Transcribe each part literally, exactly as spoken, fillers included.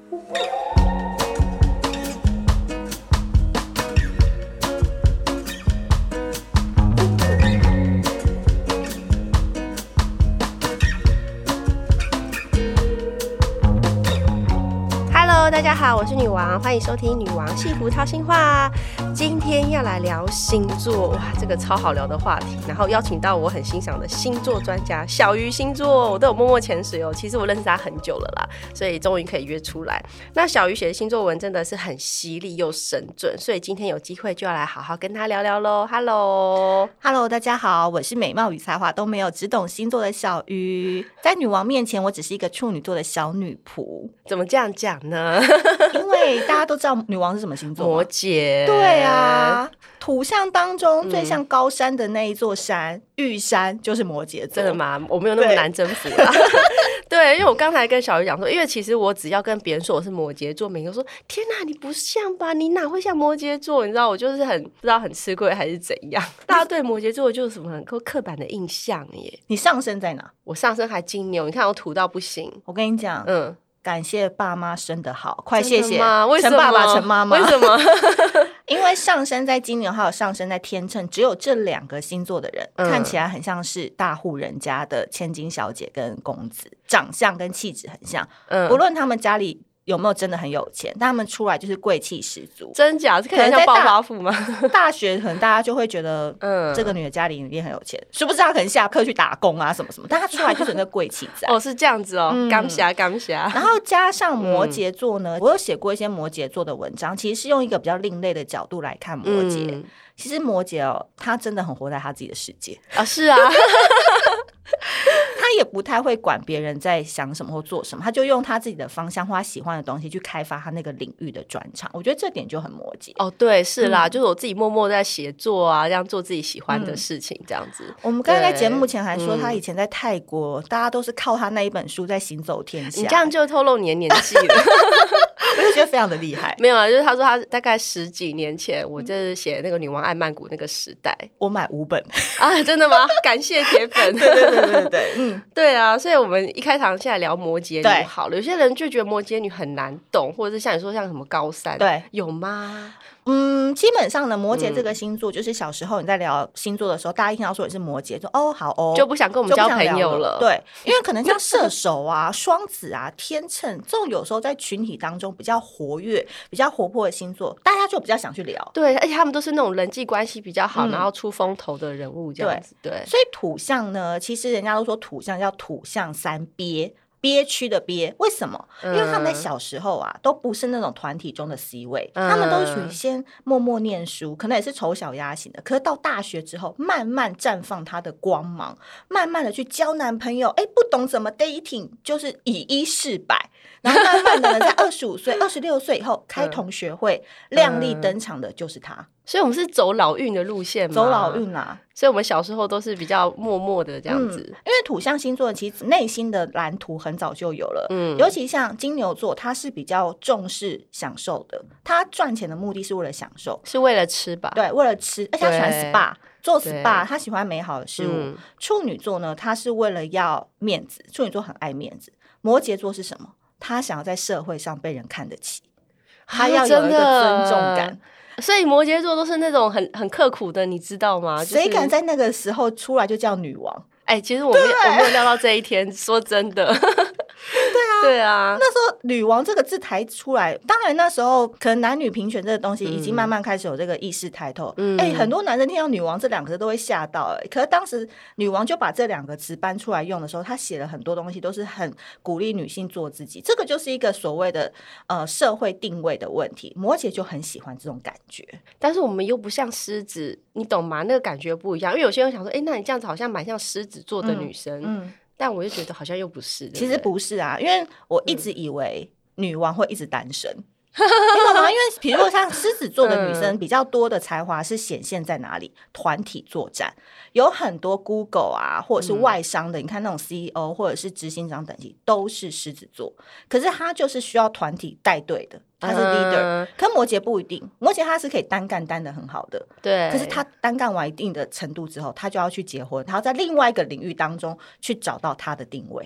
大家好，我是女王，欢迎收听女王幸福掏心话。今天要来聊星座，哇，这个超好聊的话题。然后邀请到我很欣赏的星座专家小鱼星座，我都有默默潜水哦。其实我认识他很久了啦，所以终于可以约出来。那小鱼写的星座文真的是很犀利又神准，所以今天有机会就要来好好跟他聊聊咯。 Hello，Hello， 大家好，我是美貌与才华都没有，只懂星座的小鱼。在女王面前，我只是一个处女座的小女仆。 怎么这样讲呢？ 因为大家都知道女王是什么星座吗？ 摩羯。 对啊，土象当中最像高山的那一座山、嗯、玉山就是摩羯座。 真的吗？我没有那么难征服啦。对，因为我刚才跟小鱼讲说，因为其实我只要跟别人说我是摩羯座，每个人说天哪，你不像吧，你哪会像摩羯座？你知道我就是很不知道很吃亏还是怎样。大家对摩羯座就是什么很刻板的印象耶。 你上升在哪？ 我上升还金牛，你看我土到不行。 我跟你讲，嗯，感谢爸妈生得好，快谢谢陈爸爸陈妈妈。 为什么？ 因为上升在金牛还有上升在天秤，只有这两个星座的人、嗯、看起来很像是大户人家的千金小姐跟公子，长相跟气质很像、嗯、不论他们家里有没有真的很有钱，但他们出来就是贵气十足。 真假？可能像暴发户吗？ 大学可能大家就会觉得嗯，这个女的家里一定很有钱，殊不知她可能下课去打工啊什么什么，但她出来就是那贵气在。 哦，是这样子哦，感谢感谢。 然后加上摩羯座呢、嗯、我有写过一些摩羯座的文章，其实是用一个比较另类的角度来看摩羯、嗯、其实摩羯哦，他真的很活在他自己的世界啊、哦，是啊。 他也不太会管别人在想什么或做什么，他就用他自己的方向或他喜欢的东西去开发他那个领域的专长。我觉得这点就很摩羯。 哦，对，是啦、嗯、就是我自己默默在写作啊，这样做自己喜欢的事情、嗯、这样子。 我们刚才在节目前还说他以前在泰国、嗯、大家都是靠他那一本书在行走天下。 你这样就透露你的年纪了。 我就觉得非常的厉害。 没有啊，就是他说他大概十几年前我就是写那个女王爱曼谷那个时代， 我买五本啊。真的吗？感谢铁粉。 对对对对对，嗯， 对啊，所以我们一开场现在聊摩羯女好了。有些人就觉得摩羯女很难懂，或者是像你说像什么高三， 对， 有吗？ 嗯，基本上呢，摩羯这个星座、嗯、就是小时候你在聊星座的时候，大家一听到说你是摩羯，说哦好哦， 就不想跟我们交朋友了。 对，因为可能像射手啊、双子啊、天秤这种有时候在群体当中比较活跃、比较活泼的星座，大家就比较想去聊。 对，而且他们都是那种人际关系比较好、嗯、然后出风头的人物这样子。 对, 对， 所以土象呢，其实人家都说土象叫土象三憋，憋屈的憋。为什么？因为他们在小时候啊都不是那种团体中的 C 位、嗯、他们都是属于先默默念书，可能也是丑小鸭型的，可是到大学之后慢慢绽放他的光芒，慢慢的去交男朋友，哎，不懂怎么 dating 就是以一试百，然后慢慢的呢在二十五岁二十六岁以后开同学会、嗯、亮丽登场的就是他。 所以我们是走老运的路线嘛， 走老运啊， 所以我们小时候都是比较默默的这样子、嗯、 因为土象星座其实内心的蓝图很早就有了、嗯、尤其像金牛座，他是比较重视享受的，他赚钱的目的是为了享受， 是为了吃吧， 对，为了吃，而且他喜欢 S P A 做 S P A， 他喜欢美好的事物、嗯、处女座呢，他是为了要面子，处女座很爱面子。摩羯座是什么？他想要在社会上被人看得起，他要有一个尊重感、啊， 所以摩羯座都是那种很很刻苦的，你知道吗？ 谁、就是、敢在那个时候出来就叫女王？ 哎、欸，其实我没有我没有料到这一天，说真的。 对啊， 对啊， 那时候女王这个字抬出来，当然那时候可能男女平权这个东西已经慢慢开始有这个意识抬头。嗯，哎、欸，很多男生听到女王这两个字都会吓到、欸，可是当时女王就把这两个词搬出来用的时候，她写了很多东西都是很鼓励女性做自己，这个就是一个所谓的呃社会定位的问题。摩羯就很喜欢这种感觉， 但是我们又不像狮子，你懂吗？那个感觉不一样，因为有些人想说，哎、欸，那你这样子好像蛮像狮子座的女生。嗯。嗯，但我就觉得好像又不是， 其实不是啊，因为我一直以为女王会一直单身、嗯、你懂吗？因为比如说像狮子座的女生比较多的才华是显现在哪里？团体作战，有很多 Google 啊或者是外商的、嗯、你看那种 C E O 或者是执行长等级都是狮子座，可是他就是需要团体带队的，他是 leader、嗯、可摩羯不一定，摩羯他是可以单干单的很好的， 对， 可是他单干完一定的程度之后，他就要去结婚，他要在另外一个领域当中去找到他的定位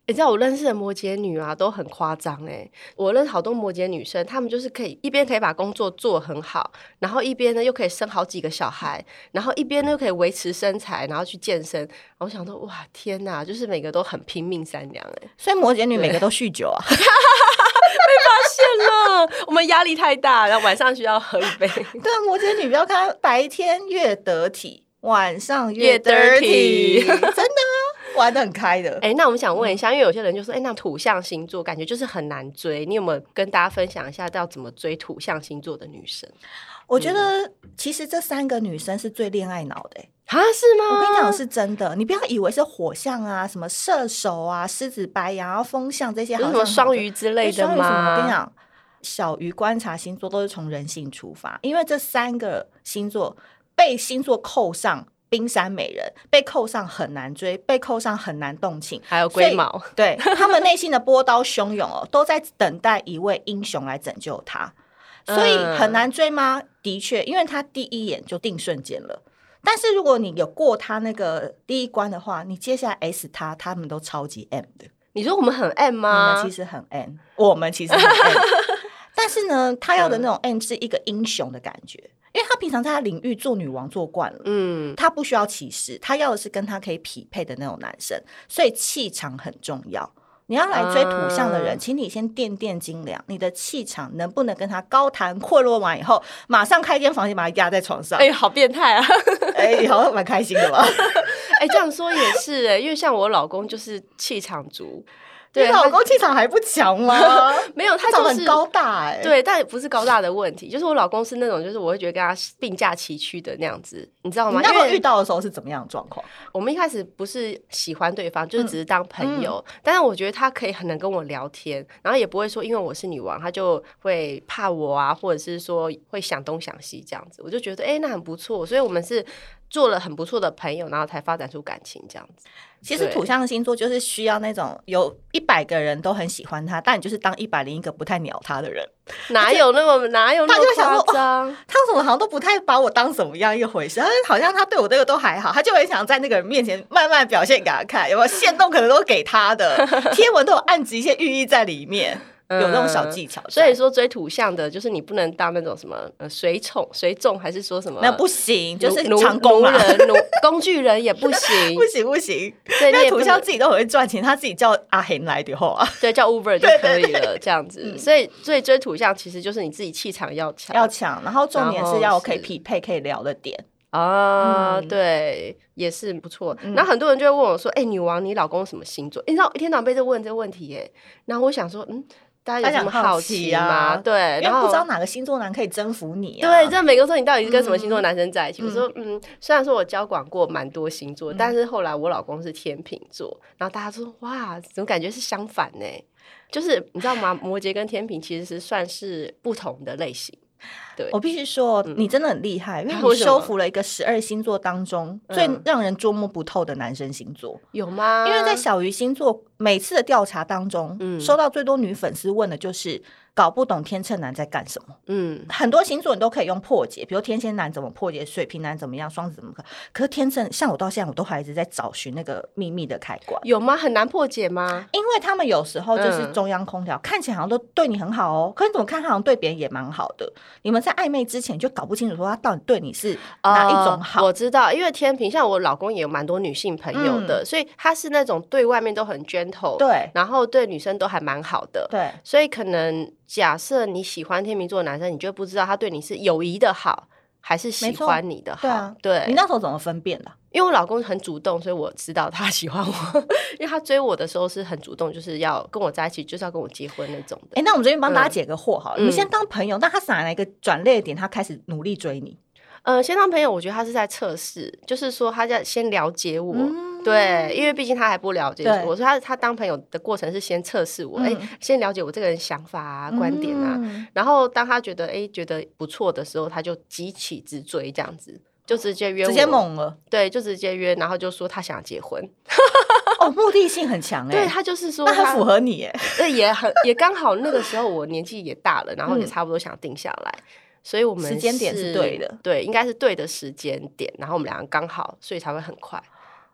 你知道我认识的摩羯女啊都很夸张哎，我认识好多摩羯女生，她们就是可以一边可以把工作做很好，然后一边呢又可以生好几个小孩，然后一边呢又可以维持身材，然后去健身。我想说哇天哪，就是每个都很拼命三娘哎， 所以摩羯女每个都酗酒啊。 被发现了，我们压力太大，然后晚上需要喝一杯。 对啊，摩羯女不要看白天越得体，晚上越 dirty， 真的啊，玩得很开的。 哎、欸，那我们想问一下，因为有些人就说，哎、欸，那土象星座感觉就是很难追，你有没有跟大家分享一下要怎么追土象星座的女生？ 我觉得其实这三个女生是最恋爱脑的、欸。 啊，是吗？ 我跟你讲是真的，你不要以为是火象啊、什么射手啊、狮子、白羊、然后风象这些好像好， 什么双鱼之类的吗？ 我跟你讲，小鱼观察星座都是从人性出发，因为这三个星座被星座扣上冰山美人，被扣上很难追，被扣上很难动情， 还有龟毛， 对他们内心的波涛汹涌哦，都在等待一位英雄来拯救他。所以很难追吗？嗯、的确，因为他第一眼就定瞬间了。但是如果你有过他那个第一关的话，你接下来 S 他，他们都超级 M 的。 你说我们很 M 吗？ 你们其实很 M， 我们其实很 M。但是呢，他要的那种 M 是一个英雄的感觉，因为他平常在他领域做女王做惯了，嗯，他不需要骑士，他要的是跟他可以匹配的那种男生，所以气场很重要。你要来追土象的人、啊、请你先掂掂斤两，你的气场能不能跟他高谈阔论完以后马上开间房间把他压在床上。 哎、欸，好变态啊。 哎、欸，好像蛮开心的吧。 哎、欸，这样说也是哎、欸，因为像我老公就是气场足。 你老公气场还不强吗？ 没有，他、就是、 长得很高大哎、欸。 对，但不是高大的问题，就是我老公是那种，就是我会觉得跟他并驾齐驱的那样子，你知道吗？ 你那时候遇到的时候是怎么样的状况？ 我们一开始不是喜欢对方，就是只是当朋友、嗯嗯，但是我觉得他可以很能跟我聊天，然后也不会说因为我是女王，他就会怕我啊，或者是说会想东想西这样子，我就觉得哎、欸，那很不错，所以我们是做了很不错的朋友，然后才发展出感情这样子。 其实土象星座就是需要那种有一百个人都很喜欢他，但你就是当一百零一个不太鸟他的人。 哪有那么哪有那么夸张？ 他怎么好像都不太把我当什么样一回事？他好像他对我这个都还好，他就很想在那个人面前慢慢表现给他看，有没有限动可能都给他的，贴文都有暗指一些寓意在里面。有那种小技巧、嗯， 所以说追土象的，就是你不能当那种什么呃随从、随众，还是说什么？ 那不行，就是长工啊， 人、工具人也不行， 不行不行。 对， 因为土象自己都很会赚钱，他自己叫阿黑来的后啊， 对，叫 Uber 就可以了，對對對这样子。嗯、所以，所以追土象其实就是你自己气场要强， 要强，然后重点是要可以匹配、可以聊的点。 啊、嗯，对，也是不错。然后很多人就会问我说：“哎、欸，女王，你老公什么星座？”你知道一天到晚被这问这个问题耶。然后我想说，嗯。大家有什么好奇吗？啊、对， 然后不知道哪个星座男可以征服你、啊。 对，这每个说你到底是跟什么星座男生在一起？嗯、我说，嗯，虽然说我交往过蛮多星座、嗯，但是后来我老公是天秤座，然后大家说，哇，怎么感觉是相反呢？就是你知道吗？摩羯跟天秤其实是算是不同的类型。对， 我必须说、嗯，你真的很厉害，因为你收服了一个十二星座当中最让人捉摸不透的男生星座， 有吗？ 因为在小鱼星座每次的调查当中、嗯，收到最多女粉丝问的就是搞不懂天秤男在干什么。嗯，很多星座你都可以用破解，比如天蝎男怎么破解，水瓶男怎么样，双子怎么可，可是天秤，像我到现在我都还一直在找寻那个秘密的开关。 有吗？很难破解吗？ 因为他们有时候就是中央空调、嗯，看起来好像都对你很好哦，可是你怎么看他好像对别人也蛮好的，你们在暧昧之前就搞不清楚说他到底对你是哪一种好。 呃、我知道，因为天秤像我老公也有蛮多女性朋友的、嗯、所以他是那种对外面都很 gentle， 对， 然后对女生都还蛮好的， 对， 所以可能假设你喜欢天秤座的男生，你就不知道他对你是友谊的好还是喜欢你的好。 对啊， 对， 你那时候怎么分辨的？ 因为我老公很主动，所以我知道他喜欢我因为他追我的时候是很主动，就是要跟我在一起，就是要跟我结婚那种的。 哎、欸，那我们这边帮大家解个惑好了、嗯、你们先当朋友，但他哪来一个转捩点他开始努力追你？ 呃，先当朋友我觉得他是在测试，就是说他在先了解我、嗯、对，因为毕竟他还不了解我，所以他他当朋友的过程是先测试我，哎、嗯欸，先了解我这个人想法啊、嗯、观点啊，然后当他觉得哎、欸、觉得不错的时候，他就急起直追这样子，就直接约我， 直接猛了， 对，就直接约，然后就说他想结婚哦，目的性很强哎、欸， 对，他就是说他， 那很符合你哎， 对，也很也刚好那个时候我年纪也大了，然后也差不多想定下来。嗯，所以我们时间点是对的， 对，应该是对的时间点，然后我们两个刚好，所以才会很快。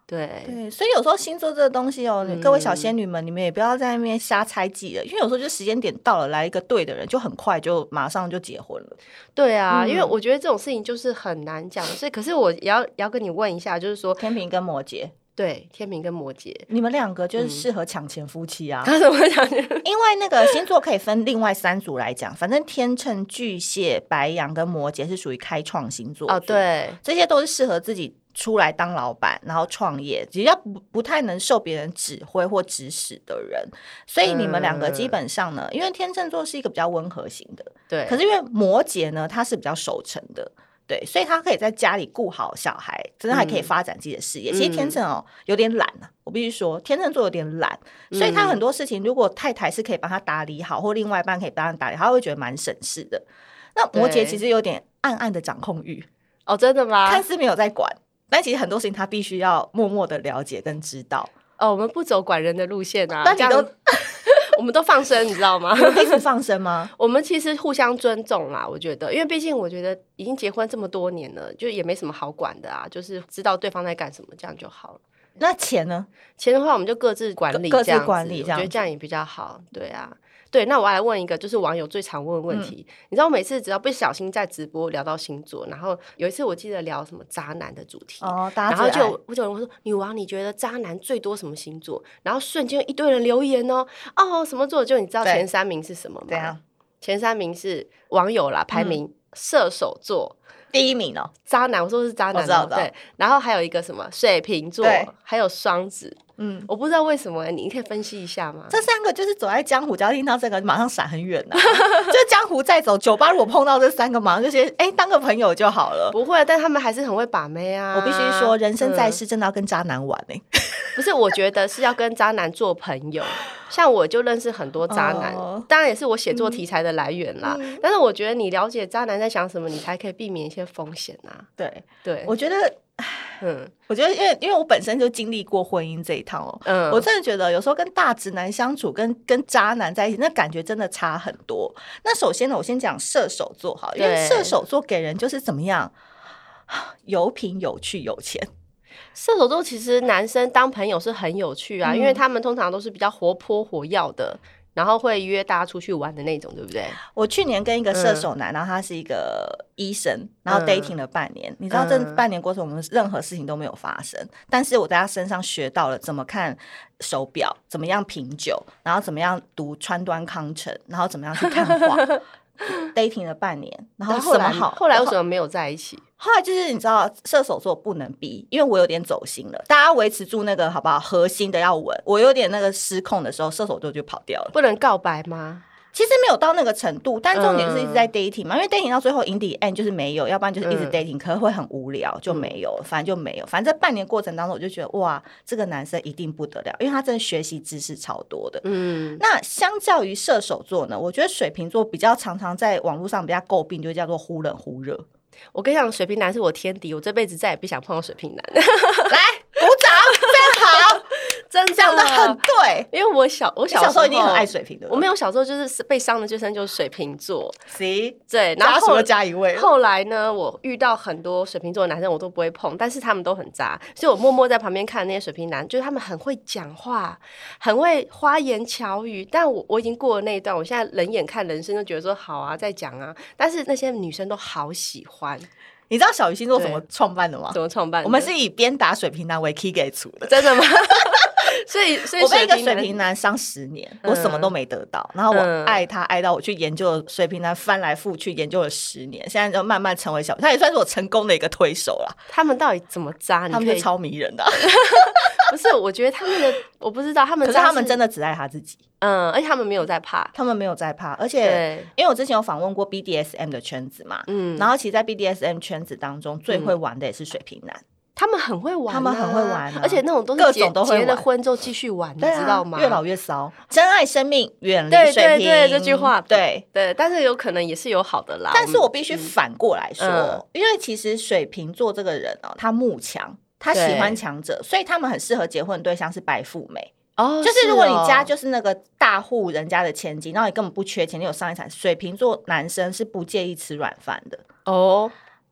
对对，所以有时候星座这个东西哦，嗯、各位小仙女们，你们也不要在那边瞎猜忌了，因为有时候就时间点到了，来一个对的人，就很快就马上就结婚了。 对啊，嗯、因为我觉得这种事情就是很难讲，所以可是我也要也要跟你问一下，就是说天秤跟摩羯。 对，天秤跟摩羯， 你们两个就是适合抢钱夫妻啊！ 他怎么讲？ 因为那个星座可以分另外三组来讲，反正天秤、巨蟹、白羊跟摩羯是属于开创星座哦，对， 这些都是适合自己出来当老板，然后创业，只要不不太能受别人指挥或指使的人。所以你们两个基本上呢，嗯、因为天秤座是一个比较温和型的， 对， 可是因为摩羯呢，他是比较守成的。对，所以他可以在家里顾好小孩，真的还可以发展自己的事业。嗯、其实天秤哦有点懒啊，我必须说天秤座有点懒，嗯、所以他很多事情如果太太是可以帮他打理好，或另外一半可以帮他打理好，他会觉得蛮省事的。那摩羯其实有点暗暗的掌控欲哦，真的吗？ 看似没有在管，但其实很多事情他必须要默默的了解跟知道。 哦，我们不走管人的路线啊， 那你都我们都放生，你知道吗？ 一直放生吗？ 我们其实互相尊重啦，我觉得，因为毕竟我觉得已经结婚这么多年了，就也没什么好管的啊，就是知道对方在干什么，这样就好了。 那钱呢？ 钱的话，我们就各自管理， 各自管理， 这样我觉得这样也比较好。对啊，对。那我要来问一个，就是网友最常问的问题。嗯、你知道，我每次只要不小心在直播聊到星座，然后有一次我记得聊什么渣男的主题， 哦，大家然后就我就有人说，女王你觉得渣男最多什么星座？然后瞬间一堆人留言哦，哦什么座？就你知道前三名是什么吗？ 对啊， 前三名是网友啦，排名、嗯、射手座。 第一名哦， 渣男，我说的是渣男、哦，对，然后还有一个什么水瓶座，还有双子，嗯，我不知道为什么，你可以分析一下吗？ 这三个就是走在江湖，只要听到这个，马上闪很远啊。就江湖再走，酒吧如果碰到这三个，马上就先哎当个朋友就好了。 不会，但他们还是很会把妹啊。 我必须说，人生在世真的要跟渣男玩哎、欸。 不是，我觉得是要跟渣男做朋友。像我就认识很多渣男，哦、当然也是我写作题材的来源啦。嗯、但是我觉得你了解渣男在想什么，你才可以避免一些风险啊。 对对， 我觉得，嗯，我觉得因为因为我本身就经历过婚姻这一套哦，嗯，我真的觉得有时候跟大直男相处，跟跟渣男在一起，那感觉真的差很多。那首先呢，我先讲射手座好，因为射手座给人就是怎么样，有品有趣有钱。 射手座其实男生当朋友是很有趣啊，嗯、因为他们通常都是比较活泼活跃的，然后会约大家出去玩的那种，对不对？ 我去年跟一个射手男，嗯、然后他是一个医生，然后 dating 了半年，嗯、你知道这半年过程我们任何事情都没有发生，嗯、但是我在他身上学到了怎么看手表，怎么样品酒，然后怎么样读川端康成，然后怎么样去看画。dating 了半年，然后什么好？ 后来为什么没有在一起？ 后来就是你知道，射手座不能逼，因为我有点走心了。大家维持住那个好不好？核心的要稳。我有点那个失控的时候，射手座就跑掉了。 不能告白吗？ 其实没有到那个程度，但重点就是一直在 dating 嘛，嗯、因为 dating 到最后 in the end 就是没有，要不然就是一直 dating，、嗯、可能会很无聊，就没有，反正就没有。反正这半年过程当中，我就觉得哇，这个男生一定不得了，因为他真的学习知识超多的。嗯，那相较于射手座呢，我觉得水瓶座比较常常在网络上比较诟病，就叫做忽冷忽热。 我跟你讲，水瓶男是我天敌，我这辈子再也不想碰到水瓶男。 来，鼓掌，非常好。 真的讲得很对， 因为我小我小时候, 小时候一定很爱水瓶的， 我没有小时候就是被伤的最深就是水瓶座， 行， 对，然后家属又加一位。 后来呢，我遇到很多水瓶座的男生，我都不会碰，但是他们都很渣，所以我默默在旁边看那些水瓶男，就是他们很会讲话，很会花言巧语，但我我已经过了那一段，我现在冷眼看人生，就觉得说好啊，再讲啊，但是那些女生都好喜欢。 你知道小鱼星座怎么创办的吗？ 怎么创办的？ 我们是以鞭打水瓶男为 key 给出的。 真的吗？所以，所以我被一个水瓶男伤十年，嗯、我什么都没得到，然后我爱他爱到我去研究水瓶男，翻来覆去研究了十年，现在就慢慢成为小，他也算是我成功的一个推手啦。 他们到底怎么渣？ 他们就超迷人的、啊。 不是，我觉得他们的我不知道，他们可是他们真的只爱他自己。 嗯，而且他们没有在怕， 他们没有在怕，而且因为我之前有访问过 B D S M 的圈子嘛，嗯，然后其实，在 B D S M 圈子当中，最会玩的也是水瓶男。 他们很会玩、啊， 他们很会玩、啊， 而且那种都是各种都会结了婚之后继续玩，你、啊、知道吗？ 越老越骚，真爱生命，远离水瓶。 对对对，这句话， 对对，但是有可能也是有好的啦。 但是我必须反过来说，嗯、因为其实水瓶座这个人哦，他慕强，他喜欢强者，所以他们很适合结婚的对象是白富美。哦，就是如果你家就是那个大户人家的千金，然后你根本不缺钱，你有上一产，水瓶座男生是不介意吃软饭的哦。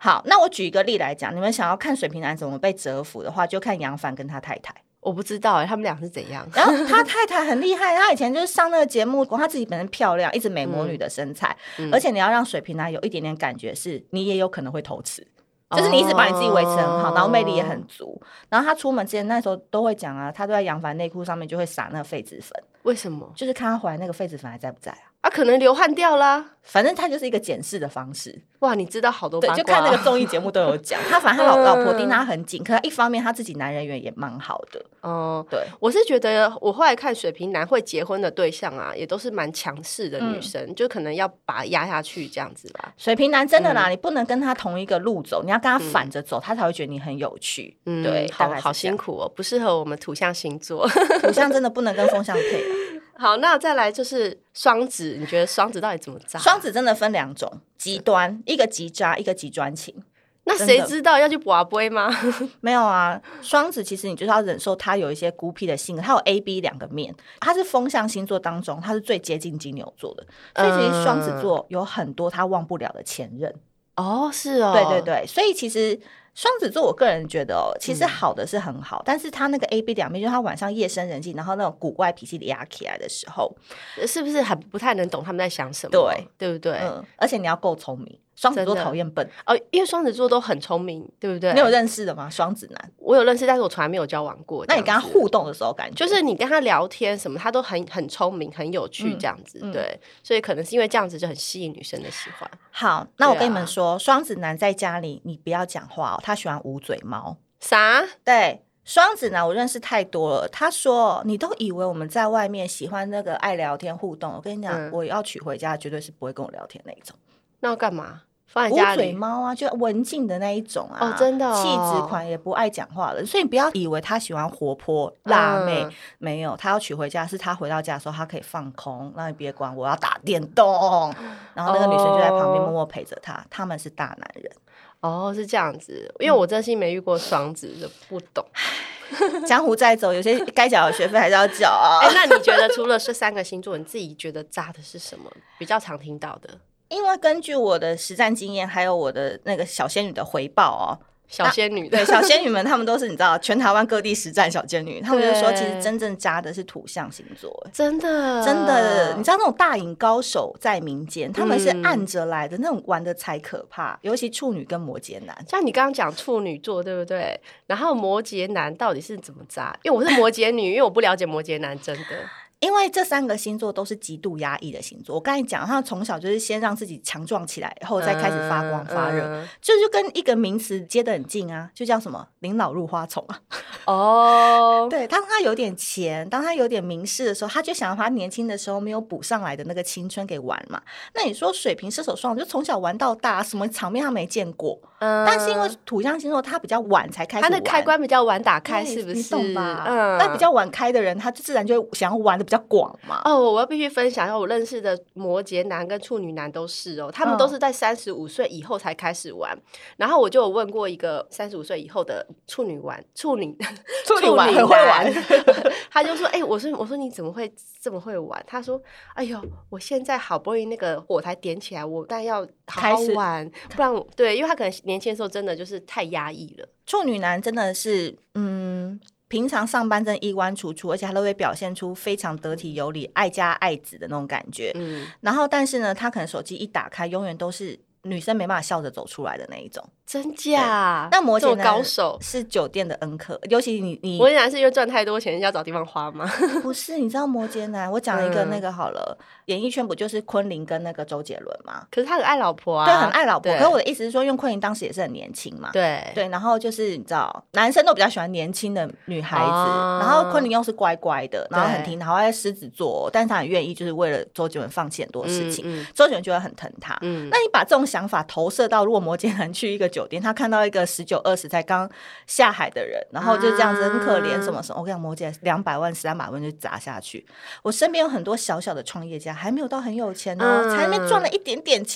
好，那我举一个例来讲，你们想要看水瓶男怎么被折服的话，就看杨凡跟他太太。 我不知道哎、欸，他们俩是怎样？ 然后他太太很厉害，他以前就是上那个节目，他自己本身漂亮，一直美魔女的身材，嗯嗯、而且你要让水瓶男有一点点感觉是你也有可能会偷吃。就是你一直把你自己维持很好，然后魅力也很足。然后他出门之前那时候都会讲啊，他都在杨凡内裤上面就会撒那个痱子粉。 为什么？ 就是看他回来那个痱子粉还在不在啊？ 啊，可能流汗掉啦。 反正他就是一个检视的方式。 哇，你知道好多八卦。 对，就看那个综艺节目都有讲。他反正他老老婆盯他很紧，可是一方面他自己男人缘也蛮好的。哦、嗯，对， 我是觉得我后来看水瓶男会结婚的对象啊，也都是蛮强势的女生、嗯，就可能要把他压下去这样子吧。 水瓶男真的啦、嗯，你不能跟他同一个路走，你要跟他反着走，嗯、他才会觉得你很有趣。嗯，对， 好好辛苦哦，不适合我们土象星座。 土象真的不能跟风象配。 好，那再来就是双子，你觉得双子到底怎么渣？ 双子真的分两种极端，一个极渣，一个极专情。 那谁知道要去拔杯吗？ 没有啊，双子其实你就是要忍受他有一些孤僻的性格，他有 A B 两个面，他是风象星座当中他是最接近金牛座的，所以其实双子座有很多他忘不了的前任。 哦，是哦， 对对对，所以其实双子座我个人觉得哦，其实好的是很好、嗯、但是他那个 A B 两面，就是他晚上夜深人静，然后那种古怪脾气压起来的时候， 是不是很不太能懂他们在想什么？ 对， 对不对？ 嗯，而且你要够聪明。双子座讨厌笨哦，因为双子座都很聪明，对不对？ 你有认识的吗？双子男？ 我有认识，但是我从来没有交往过。 那你跟他互动的时候，感觉就是你跟他聊天什么，他都很很聪明、很有趣这样子、嗯嗯，对。所以可能是因为这样子就很吸引女生的喜欢。 好，那我跟你们说，双、啊、子男在家里你不要讲话哦，他喜欢捂嘴猫。 啥？ 对。双子男我认识太多了，他说你都以为我们在外面喜欢那个爱聊天互动，我跟你讲、嗯，我要娶回家绝对是不会跟我聊天那一种。 那要干嘛？放在家里？ 捂嘴猫啊，就文静的那一种啊。 哦，真的哦。 气质款也不爱讲话了，所以你不要以为他喜欢活泼辣妹、嗯，没有，他要娶回家是他回到家的时候他可以放空，那你别管我要打电动，然后那个女生就在旁边默默陪着他、哦，他们是大男人。 哦，是这样子，因为我真心没遇过双子，就不懂。 江湖再走，有些该缴的学费还是要缴啊。 哎、欸，那你觉得除了这三个星座，你自己觉得渣的是什么？比较常听到的？ 因为根据我的实战经验，还有我的那个小仙女的回报哦， 小仙女对小仙女们，她们都是你知道，全台湾各地实战小仙女，她们就说，其实真正渣的是土象星座， 真的真的，你知道那种大瘾高手在民间，他们是按着来的，嗯、那种玩的才可怕，尤其处女跟摩羯男。 像你刚刚讲处女座，对不对？然后摩羯男到底是怎么渣？因为我是摩羯女，因为我不了解摩羯男，真的。 因为这三个星座都是极度压抑的星座，我刚才讲他从小就是先让自己强壮起来，然后再开始发光发热，嗯嗯、这就跟一个名词接得很近啊，就叫什么临老入花丛啊。哦，对，当他有点钱，当他有点名士的时候，他就想要他年轻的时候没有补上来的那个青春给玩嘛。那你说水瓶射手双就从小玩到大，什么场面他没见过，嗯、但是因为土象星座他比较晚才开始玩， 他的开关比较晚打开，是不是？ 你懂吧？嗯，那比较晚开的人，他就自然就会想要玩的比较广嘛。 哦，我要必须分享一下，我认识的摩羯男跟处女男都是哦，他们都是在三十五岁以后才开始玩。嗯、然后我就有问过一个三十五岁以后的处女玩处女处女玩很会玩， 他就说：“哎、欸，我说我说你怎么会这么会玩？”他说：“哎呦，我现在好不容易那个火台点起来，我当然要好好玩，不然对，因为他可能年轻的时候真的就是太压抑了。” 处女男真的是嗯。平常上班真衣冠楚楚，而且他都会表现出非常得体有礼、爱家爱子的那种感觉。嗯，然后但是呢，他可能手机一打开，永远都是女生没办法笑着走出来的那一种。 真假？ 那摩羯高手是酒店的恩客，尤其你你摩羯男是因为赚太多钱要找地方花吗？ 不是，你知道摩羯男，我讲一个那个好了，嗯、演艺圈不就是昆凌跟那个周杰伦吗？ 可是他很爱老婆啊， 对，很爱老婆。可是我的意思是说，因为昆凌当时也是很年轻嘛， 对对，然后就是你知道，男生都比较喜欢年轻的女孩子，哦、然后昆凌又是乖乖的，然后很听，然后在狮子座，但是他很愿意，就是为了周杰伦放弃很多事情，嗯嗯、周杰伦就会很疼他。嗯，那你把这种想法投射到，如果摩羯男去一个酒店，他看到一个十九二十才刚下海的人，然后就这样子很可怜什么什么，我跟你讲，摩羯两百万三百万就砸下去。我身边有很多小小的创业家，还没有到很有钱哦，嗯、才没赚了一点点钱，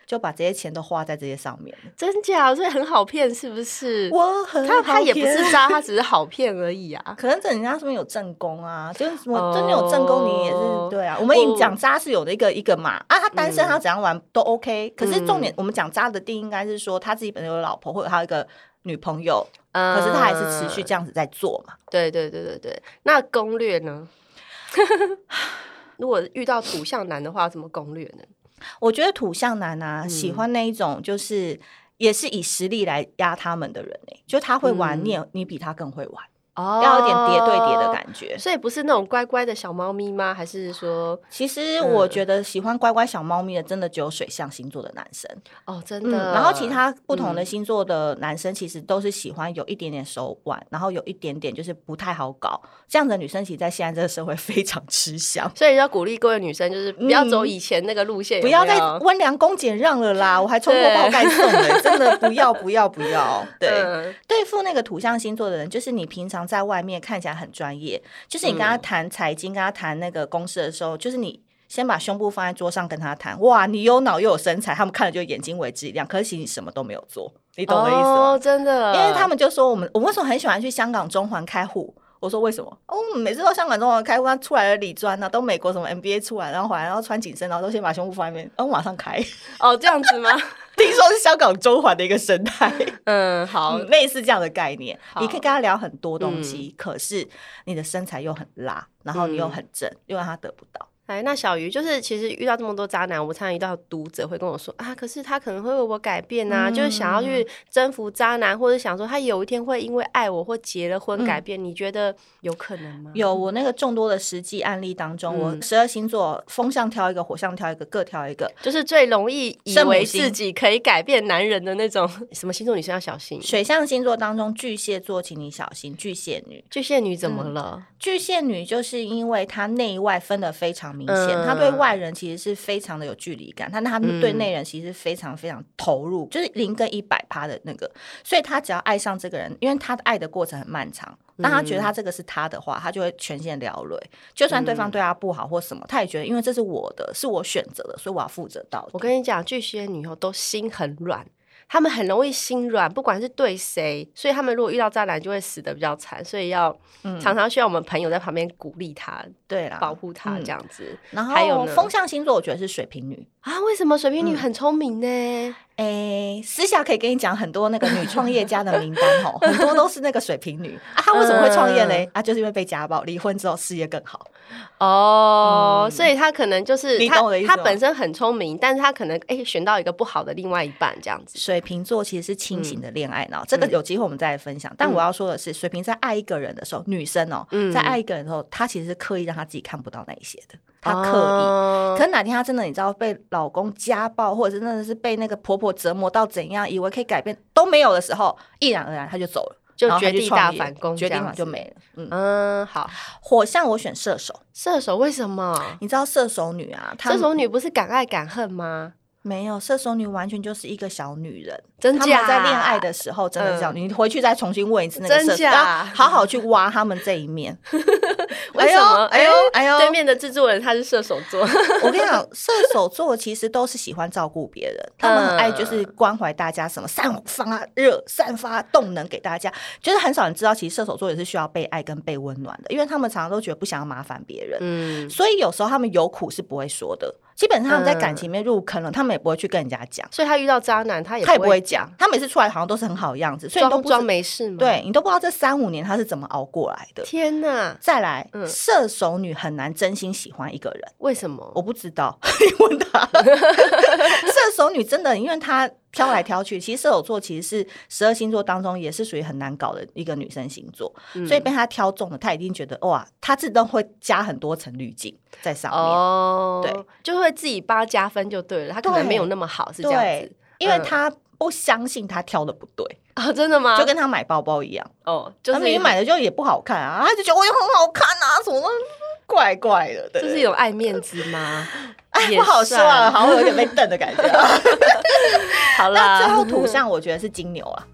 就把这些钱都花在这些上面了。 真假？所以很好骗是不是？ 我很好骗， 他他也不是渣，他只是好骗而已啊。 可能人家说有正宫啊，就是什么、哦、真的有正宫，你也是对啊。我们讲渣是有的一个一个嘛啊，他单身他怎样玩都 OK、嗯、可是重点我们讲渣的定义应该是说他自己本身有老婆或者他有一个女朋友、嗯、可是他还是持续这样子在做嘛。 对对对对对。那攻略呢？如果遇到土象男的话怎么攻略呢？ 我觉得土象男啊、嗯、喜欢那一种就是也是以实力来压他们的人、欸、就他会玩、嗯、你, 你比他更会玩哦，要有点叠对叠的感觉。 所以不是那种乖乖的小猫咪吗？还是说其实我觉得喜欢乖乖小猫咪的真的只有水象星座的男生哦，真的、嗯、 然后其他不同的星座的男生其实都是喜欢有一点点手腕，然后有一点点就是不太好搞，这样的女生其实在现在这个社会非常吃香。 所以要鼓励各位女生就是不要走以前那个路线、嗯、有没有不要再温良恭俭让了啦，我还冲破泡盖送了真的不要不要不要。对、嗯、对付那个土象星座的人，就是你平常在外面看起来很专业，就是你跟他谈财经、嗯、跟他谈那个公司的时候，就是你先把胸部放在桌上跟他谈，哇你有脑又有身材，他们看了就眼睛为之一亮，可是其实你什么都没有做，你懂我的意思吗？ 哦，真的。 因为他们就说我们我们为什么很喜欢去香港中环开户，我说为什么？哦，每次到香港中环开户，他出来的理专啊，都美国什么 M B A 出来，然后回来然后穿紧身，然后都先把胸部放在那边，然后马上开。 哦，这样子吗？ 听说是香港中环的一个生态。 嗯，好、 嗯，类似这样的概念，你可以跟他聊很多东西、嗯、可是你的身材又很辣，然后你又很正、嗯、又让他得不到。 哎，那小鱼就是其实遇到这么多渣男，我常常遇到读者会跟我说啊，可是他可能会为我改变啊、嗯、就是想要去征服渣男，或者想说他有一天会因为爱我或结了婚改变、嗯、你觉得有可能吗？ 有，我那个众多的实际案例当中、嗯、我十二星座风象挑一个，火象挑一个，各挑一个， 就是最容易以为自己可以改变男人的那种。什么星座女生要小心？ 水象星座当中巨蟹座请你小心，巨蟹女。 巨蟹女怎么了、嗯、 巨蟹女就是因为她内外分得非常明显、嗯、她对外人其实是非常的有距离感，但他对内人其实非常非常投入、嗯、就是零跟一百趴的那个，所以他只要爱上这个人，因为他的爱的过程很漫长，当他觉得他这个是他的话，他就会全心的了解，就算对方对他不好或什么、嗯、他也觉得因为这是我的，是我选择的，所以我要负责到底。 我跟你讲，巨蟹女后都心很软，他们很容易心软，不管是对谁，所以他们如果遇到渣男就会死得比较惨，所以要、嗯、常常需要我们朋友在旁边鼓励他， 对啦， 保护他这样子、嗯、 然后还有风象星座我觉得是水瓶女啊。为什么水瓶女很聪明呢？ 嗯诶，私下可以跟你讲很多那个女创业家的名单哦，很多都是那个水瓶女啊。她为什么会创业嘞、嗯？啊，就是因为被家暴，离婚之后事业更好。 哦、嗯，所以她可能就是你懂我的意思吗？ 她本身很聪明，但是她可能哎选到一个不好的另外一半这样子。 水瓶座其实是清醒的恋爱脑、嗯，这个有机会我们再来分享、嗯。但我要说的是，水瓶在爱一个人的时候，女生哦，嗯、在爱一个人的时候，她其实是刻意让她自己看不到那一些的。她刻意、哦，可是哪天她真的你知道被老公家暴，或者是真的是被那个婆婆折磨到怎样，以为可以改变都没有的时候，毅然而然她就走了， 就绝地大反攻， 决定嘛就没了。 嗯, 嗯好。 火象我选射手， 射手为什么？ 你知道射手女啊， 射手女不是敢爱敢恨吗？ 没有，射手女完全就是一个小女人， 真假？ 他们在恋爱的时候真的这样、嗯、你回去再重新问一次那个射手， 真假？ 好好去挖他们这一面。 为什么？ 哎呦哎呦， 对面的制作人他是射手座。 我跟你讲，射手座其实都是喜欢照顾别人，他们很爱就是关怀大家，什么散发热、散发动能给大家，就是很少人知道，其实射手座也是需要被爱跟被温暖的，因为他们常常都觉得不想要麻烦别人，嗯，所以有时候他们有苦是不会说的。基本上他们在感情里面入坑了、嗯、他们也不会去跟人家讲， 所以他遇到渣男他也他也不会讲，他每次出来好像都是很好的样子，所以你都不装没事吗？ 对，你都不知道这三五年他是怎么熬过来的。 天哪！ 再来、嗯、射手女很难真心喜欢一个人， 为什么？ 我不知道你问他射手女真的因为她挑来挑去，其实射手座其实是十二星座当中也是属于很难搞的一个女生星座、嗯、所以被她挑中了，她一定觉得哇，她自动会加很多层滤镜在上面、哦、对， 就会自己帮她加分就对了，她可能没有那么好，是这样子， 因为她不相信她挑的不对啊、哦，真的吗？ 就跟她买包包一样哦，就是你买的就也不好看啊，她就觉得我也很好看啊，什么怪怪的，对， 这是一种爱面子吗？ 哎，不好说啊，好像有点被瞪的感觉、啊、 好啦， 那最后土象我觉得是金牛啊。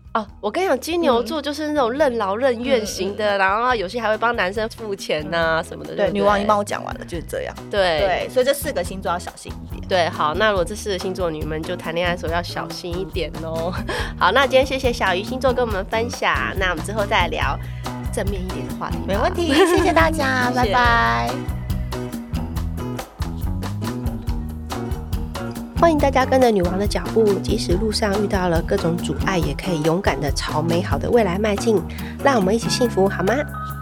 哦，我跟你讲，金牛座就是那种任劳任怨型的，嗯、然后有些还会帮男生付钱呐、啊、什么的。 对， 对， 女王已经帮我讲完了，就是这样。 对对，所以这四个星座要小心一点。 对，好，那如果这四个星座你们就谈恋爱的时候要小心一点哦。好，那今天谢谢小鱼星座跟我们分享，那我们之后再聊正面一点的话题。 没问题，谢谢大家，拜拜。 欢迎大家跟着女王的脚步，即使路上遇到了各种阻碍，也可以勇敢的朝美好的未来迈进。让我们一起幸福好吗？